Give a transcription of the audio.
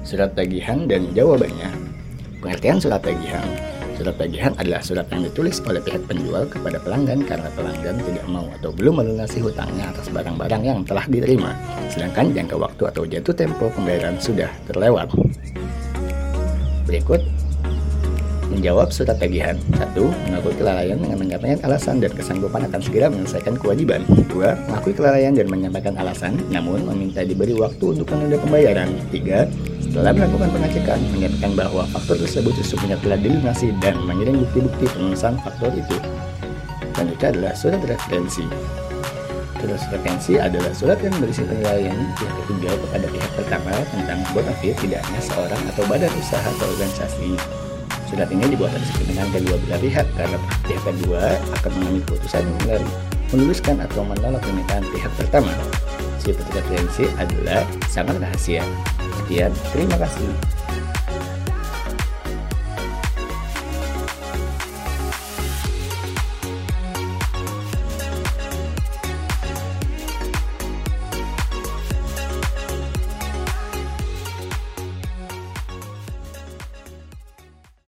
Surat tagihan dan jawabannya. Pengertian surat tagihan. Surat tagihan adalah surat yang ditulis oleh pihak penjual kepada pelanggan karena pelanggan tidak mau atau belum melunasi hutangnya atas barang-barang yang telah diterima, sedangkan jangka waktu atau jatuh tempo pembayaran sudah terlewat. Berikut menjawab surat tagihan. 1. Mengakui kelalaian dengan menyampaikan alasan dan kesanggupan akan segera menyelesaikan kewajiban. 2. Mengakui kelalaian dan menyampaikan alasan, namun meminta diberi waktu untuk menunda pembayaran. 3. Setelah melakukan pengecekan, menyatakan bahwa faktur tersebut sesungguhnya telah dilunasi dan mengirim bukti-bukti pelunasan faktur itu. Selanjutnya adalah surat referensi. Surat referensi adalah surat yang berisi penilaian pihak ketiga kepada pihak pertama tentang bonafide tidak hanya seorang atau badan usaha atau organisasi. Surat ini dibuat atas kepentingan kedua belah pihak karena pihak kedua akan mengambil keputusan meluluskan atau menolak permintaan pihak pertama. Sifat referensi adalah sangat rahasia. Sekian, terima kasih.